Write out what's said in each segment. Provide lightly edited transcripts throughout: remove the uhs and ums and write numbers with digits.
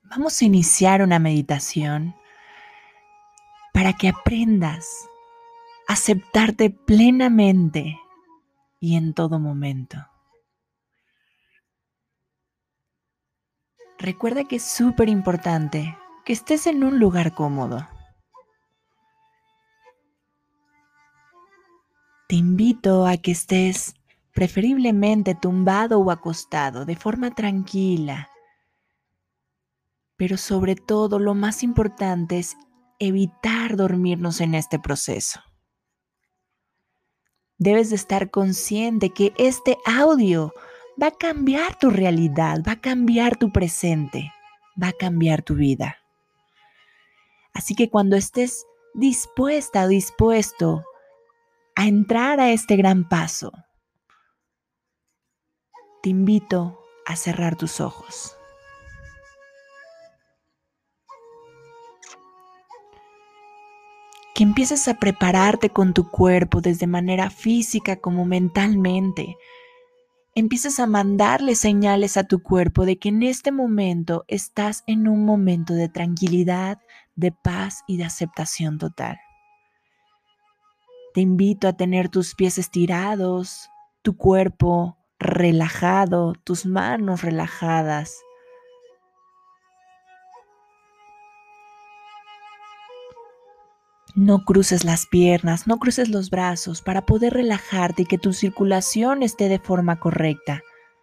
Vamos a iniciar una meditación para que aprendas a aceptarte plenamente y en todo momento. Recuerda que es súper importante que estés en un lugar cómodo. Te invito a que estés preferiblemente tumbado o acostado de forma tranquila, pero sobre todo lo más importante es evitar dormirnos en este proceso. Debes de estar consciente que este audio va a cambiar tu realidad, va a cambiar tu presente, va a cambiar tu vida. Así que cuando estés dispuesta o dispuesto a entrar a este gran paso, te invito a cerrar tus ojos. Que empieces a prepararte con tu cuerpo desde manera física como mentalmente. Empiezas a mandarle señales a tu cuerpo de que en este momento estás en un momento de tranquilidad, de paz y de aceptación total. Te invito a tener tus pies estirados, tu cuerpo relajado, tus manos relajadas. No cruces las piernas, no cruces los brazos para poder relajarte y que tu circulación esté de forma correcta.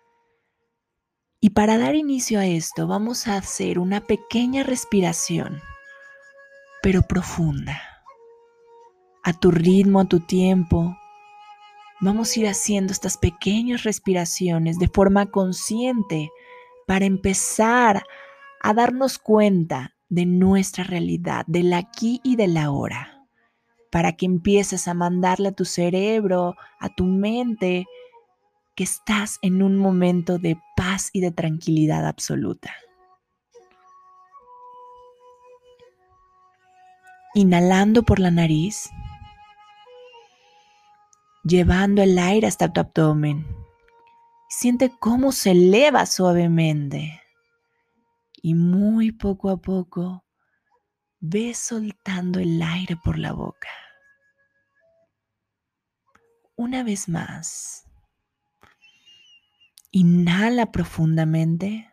Y para dar inicio a esto, vamos a hacer una pequeña respiración, pero profunda. A tu ritmo, a tu tiempo, vamos a ir haciendo estas pequeñas respiraciones de forma consciente para empezar a darnos cuenta de nuestra realidad, del aquí y del ahora. Para que empieces a mandarle a tu cerebro, a tu mente, que estás en un momento de paz y de tranquilidad absoluta. Inhalando por la nariz, llevando el aire hasta tu abdomen. Siente cómo se eleva suavemente. Y muy poco a poco, ves soltando el aire por la boca. Una vez más. Inhala profundamente.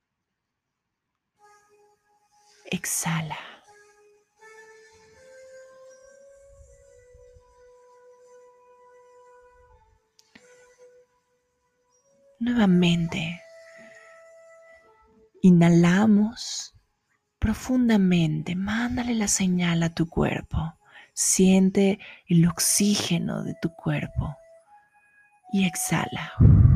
Exhala. Nuevamente. Inhalamos profundamente. Mándale la señal a tu cuerpo. Siente el oxígeno de tu cuerpo. Y exhala.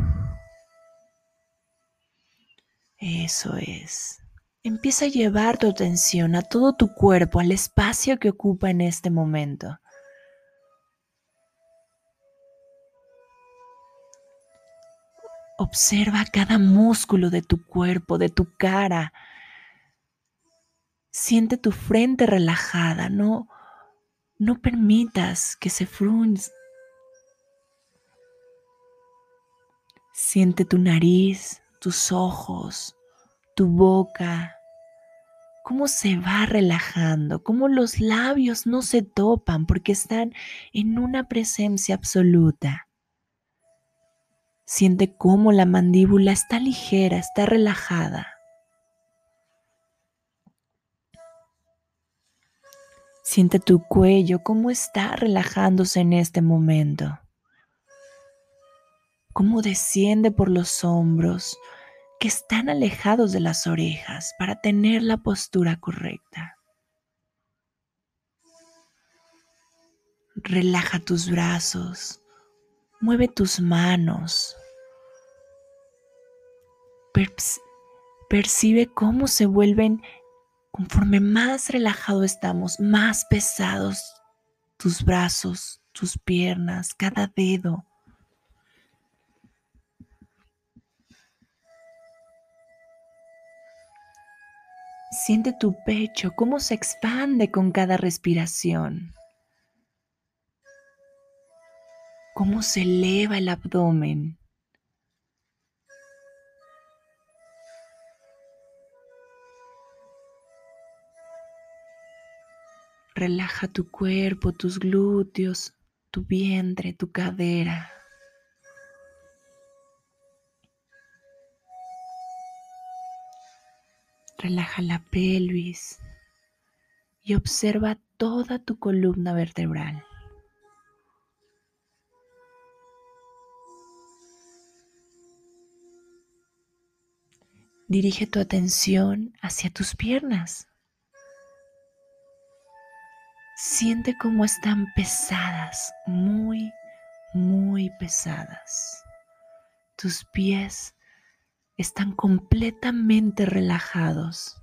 Eso es. Empieza a llevar tu atención a todo tu cuerpo, al espacio que ocupa en este momento. Observa cada músculo de tu cuerpo, de tu cara. Siente tu frente relajada, no permitas que se frunza. Siente tu nariz, tus ojos, tu boca, cómo se va relajando, cómo los labios no se topan porque están en una presencia absoluta. Siente cómo la mandíbula está ligera, está relajada. Siente tu cuello, cómo está relajándose en este momento. Cómo desciende por los hombros, que están alejados de las orejas para tener la postura correcta. Relaja tus brazos, mueve tus manos. Percibe cómo se vuelven, conforme más relajado estamos, más pesados tus brazos, tus piernas, cada dedo. Siente tu pecho, cómo se expande con cada respiración. Cómo se eleva el abdomen. Relaja tu cuerpo, tus glúteos, tu vientre, tu cadera. Relaja la pelvis y observa toda tu columna vertebral. Dirige tu atención hacia tus piernas. Siente cómo están pesadas, muy, muy pesadas. Tus pies están completamente relajados.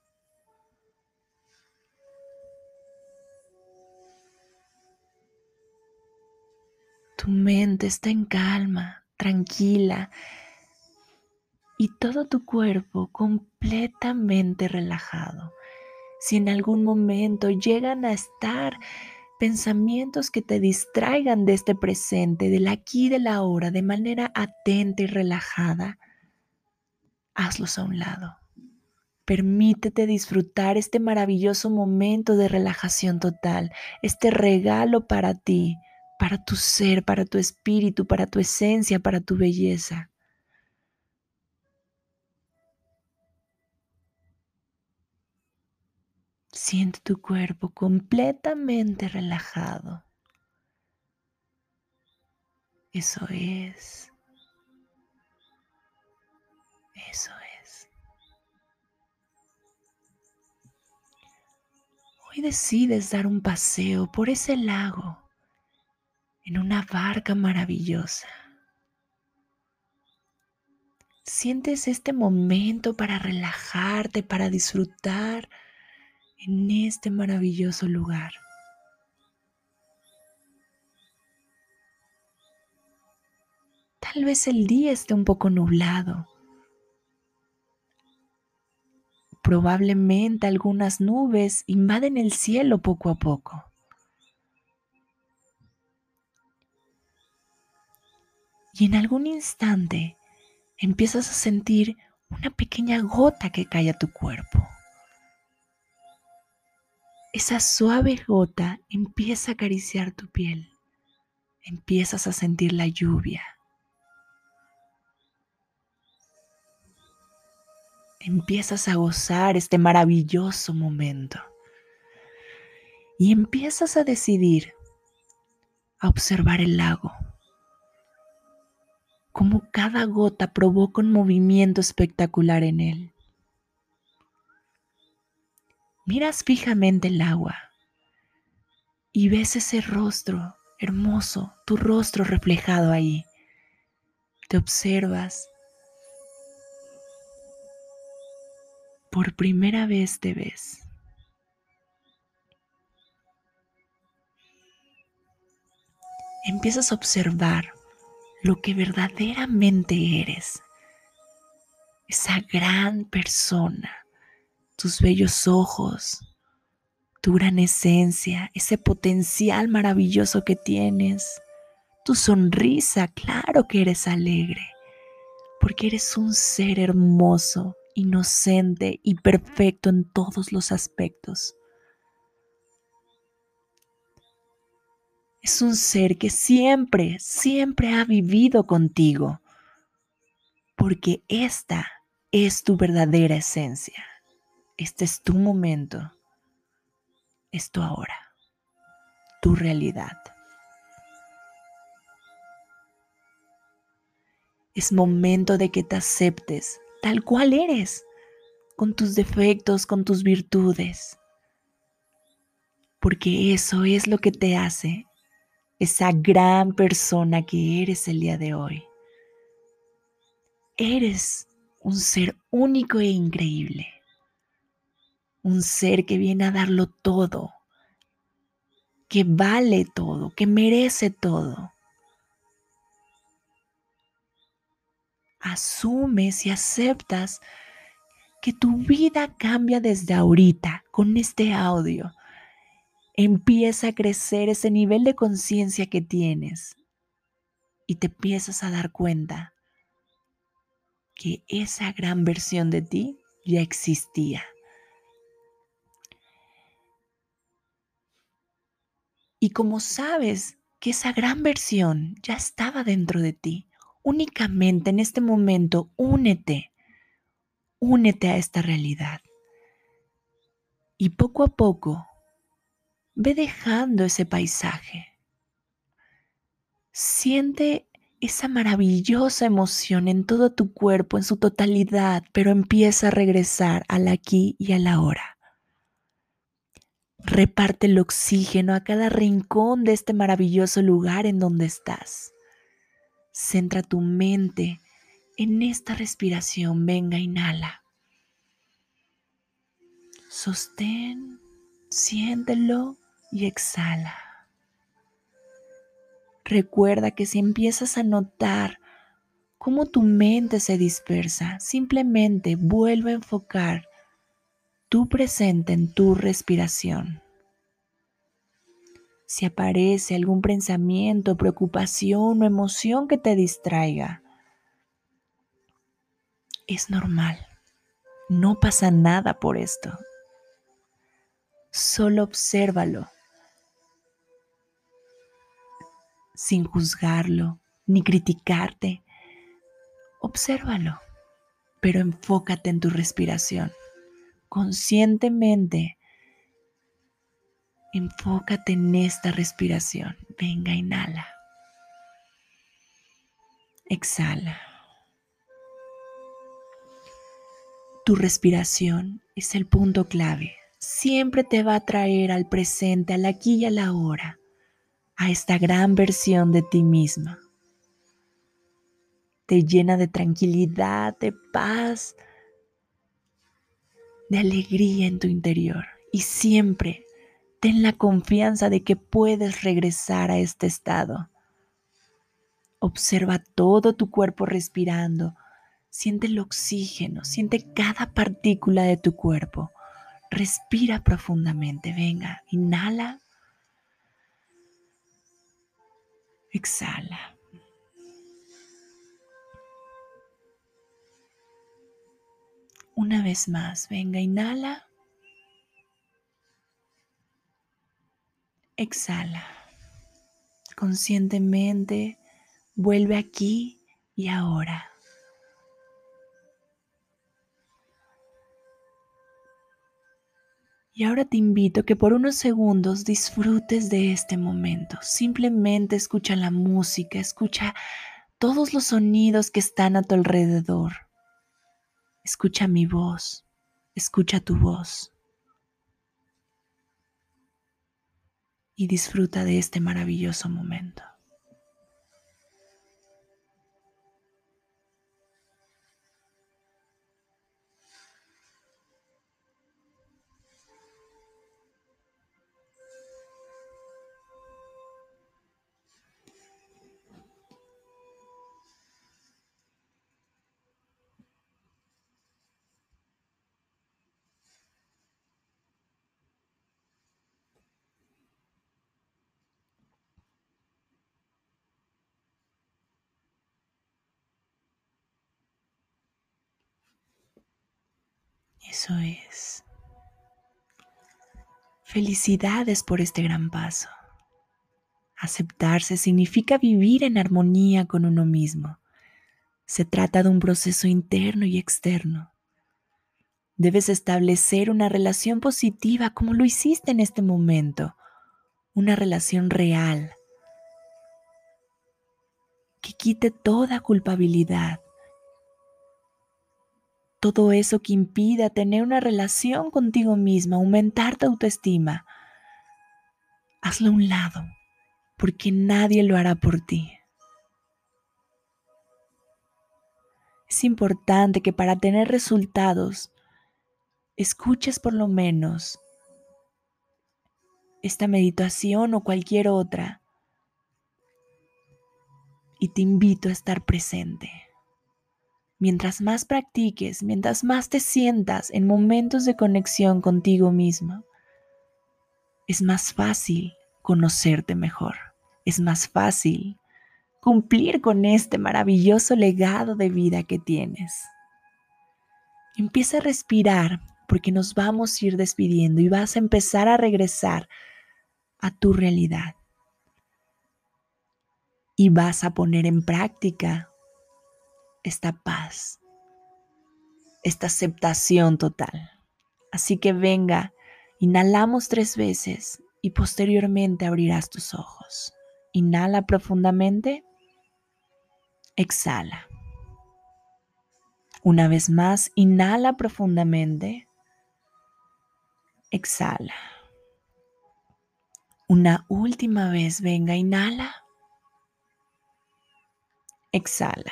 Tu mente está en calma, tranquila, y todo tu cuerpo completamente relajado. Si en algún momento llegan a estar pensamientos que te distraigan de este presente, del aquí y del ahora, de manera atenta y relajada, hazlos a un lado. Permítete disfrutar este maravilloso momento de relajación total, este regalo para ti, para tu ser, para tu espíritu, para tu esencia, para tu belleza. Siente tu cuerpo completamente relajado. Eso es. Eso es. Hoy decides dar un paseo por ese lago en una barca maravillosa. Sientes este momento para relajarte, para disfrutar en este maravilloso lugar. Tal vez el día esté un poco nublado. Probablemente algunas nubes invaden el cielo poco a poco. Y en algún instante empiezas a sentir una pequeña gota que cae a tu cuerpo. Esa suave gota empieza a acariciar tu piel. Empiezas a sentir la lluvia. Empiezas a gozar este maravilloso momento. Y empiezas a decidir a observar el lago. Cómo cada gota provoca un movimiento espectacular en él. Miras fijamente el agua y ves ese rostro hermoso, tu rostro reflejado ahí. Te observas. Por primera vez te ves. Empiezas a observar lo que verdaderamente eres. Esa gran persona, tus bellos ojos, tu gran esencia, ese potencial maravilloso que tienes, tu sonrisa, claro que eres alegre, porque eres un ser hermoso, inocente y perfecto en todos los aspectos. Es un ser que siempre, siempre ha vivido contigo, porque esta es tu verdadera esencia. Este es tu momento, es tu ahora, tu realidad. Es momento de que te aceptes tal cual eres, con tus defectos, con tus virtudes, porque eso es lo que te hace esa gran persona que eres el día de hoy. Eres un ser único e increíble, un ser que viene a darlo todo, que vale todo, que merece todo. Asumes y aceptas que tu vida cambia desde ahorita con este audio. Empieza a crecer ese nivel de conciencia que tienes y te empiezas a dar cuenta que esa gran versión de ti ya existía. Y como sabes que esa gran versión ya estaba dentro de ti, únicamente en este momento únete a esta realidad. Y poco a poco, ve dejando ese paisaje. Siente esa maravillosa emoción en todo tu cuerpo, en su totalidad, pero empieza a regresar al aquí y a la ahora. Reparte el oxígeno a cada rincón de este maravilloso lugar en donde estás. Centra tu mente en esta respiración. Venga, inhala. Sostén, siéntelo y exhala. Recuerda que si empiezas a notar cómo tu mente se dispersa, simplemente vuelve a enfocar tu presente en tu respiración. Si aparece algún pensamiento, preocupación o emoción que te distraiga, es normal. No pasa nada por esto. Solo obsérvalo, sin juzgarlo ni criticarte. Obsérvalo, pero enfócate en tu respiración. Conscientemente, enfócate en esta respiración. Venga, inhala. Exhala. Tu respiración es el punto clave. Siempre te va a traer al presente, al aquí y a la ahora, a esta gran versión de ti misma. Te llena de tranquilidad, de paz, de alegría en tu interior. Y siempre ten la confianza de que puedes regresar a este estado. Observa todo tu cuerpo respirando. Siente el oxígeno, siente cada partícula de tu cuerpo. Respira profundamente. Venga, inhala. Exhala. Una vez más, venga, inhala. Exhala. Conscientemente vuelve aquí y ahora. Y ahora te invito a que por unos segundos disfrutes de este momento. Simplemente escucha la música, escucha todos los sonidos que están a tu alrededor. Escucha mi voz, escucha tu voz y disfruta de este maravilloso momento. Eso es. Felicidades por este gran paso. Aceptarse significa vivir en armonía con uno mismo. Se trata de un proceso interno y externo. Debes establecer una relación positiva como lo hiciste en este momento. Una relación real que quite toda culpabilidad. Todo eso que impida tener una relación contigo misma, aumentar tu autoestima. Hazlo a un lado, porque nadie lo hará por ti. Es importante que para tener resultados, escuches por lo menos esta meditación o cualquier otra y te invito a estar presente. Mientras más practiques, mientras más te sientas en momentos de conexión contigo mismo, es más fácil conocerte mejor. Es más fácil cumplir con este maravilloso legado de vida que tienes. Empieza a respirar porque nos vamos a ir despidiendo y vas a empezar a regresar a tu realidad. Y vas a poner en práctica esta paz, esta aceptación total. Así que venga, inhalamos 3 veces y posteriormente abrirás tus ojos. Inhala profundamente, exhala. Una vez más, inhala profundamente, exhala. Una última vez, venga, inhala, exhala.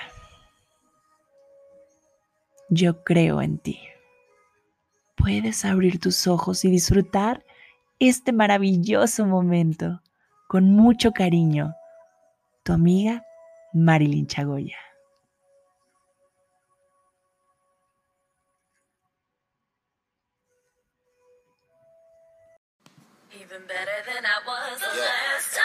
Yo creo en ti. Puedes abrir tus ojos y disfrutar este maravilloso momento con mucho cariño. Tu amiga Marilyn Chagoya. Even better than I was the last time.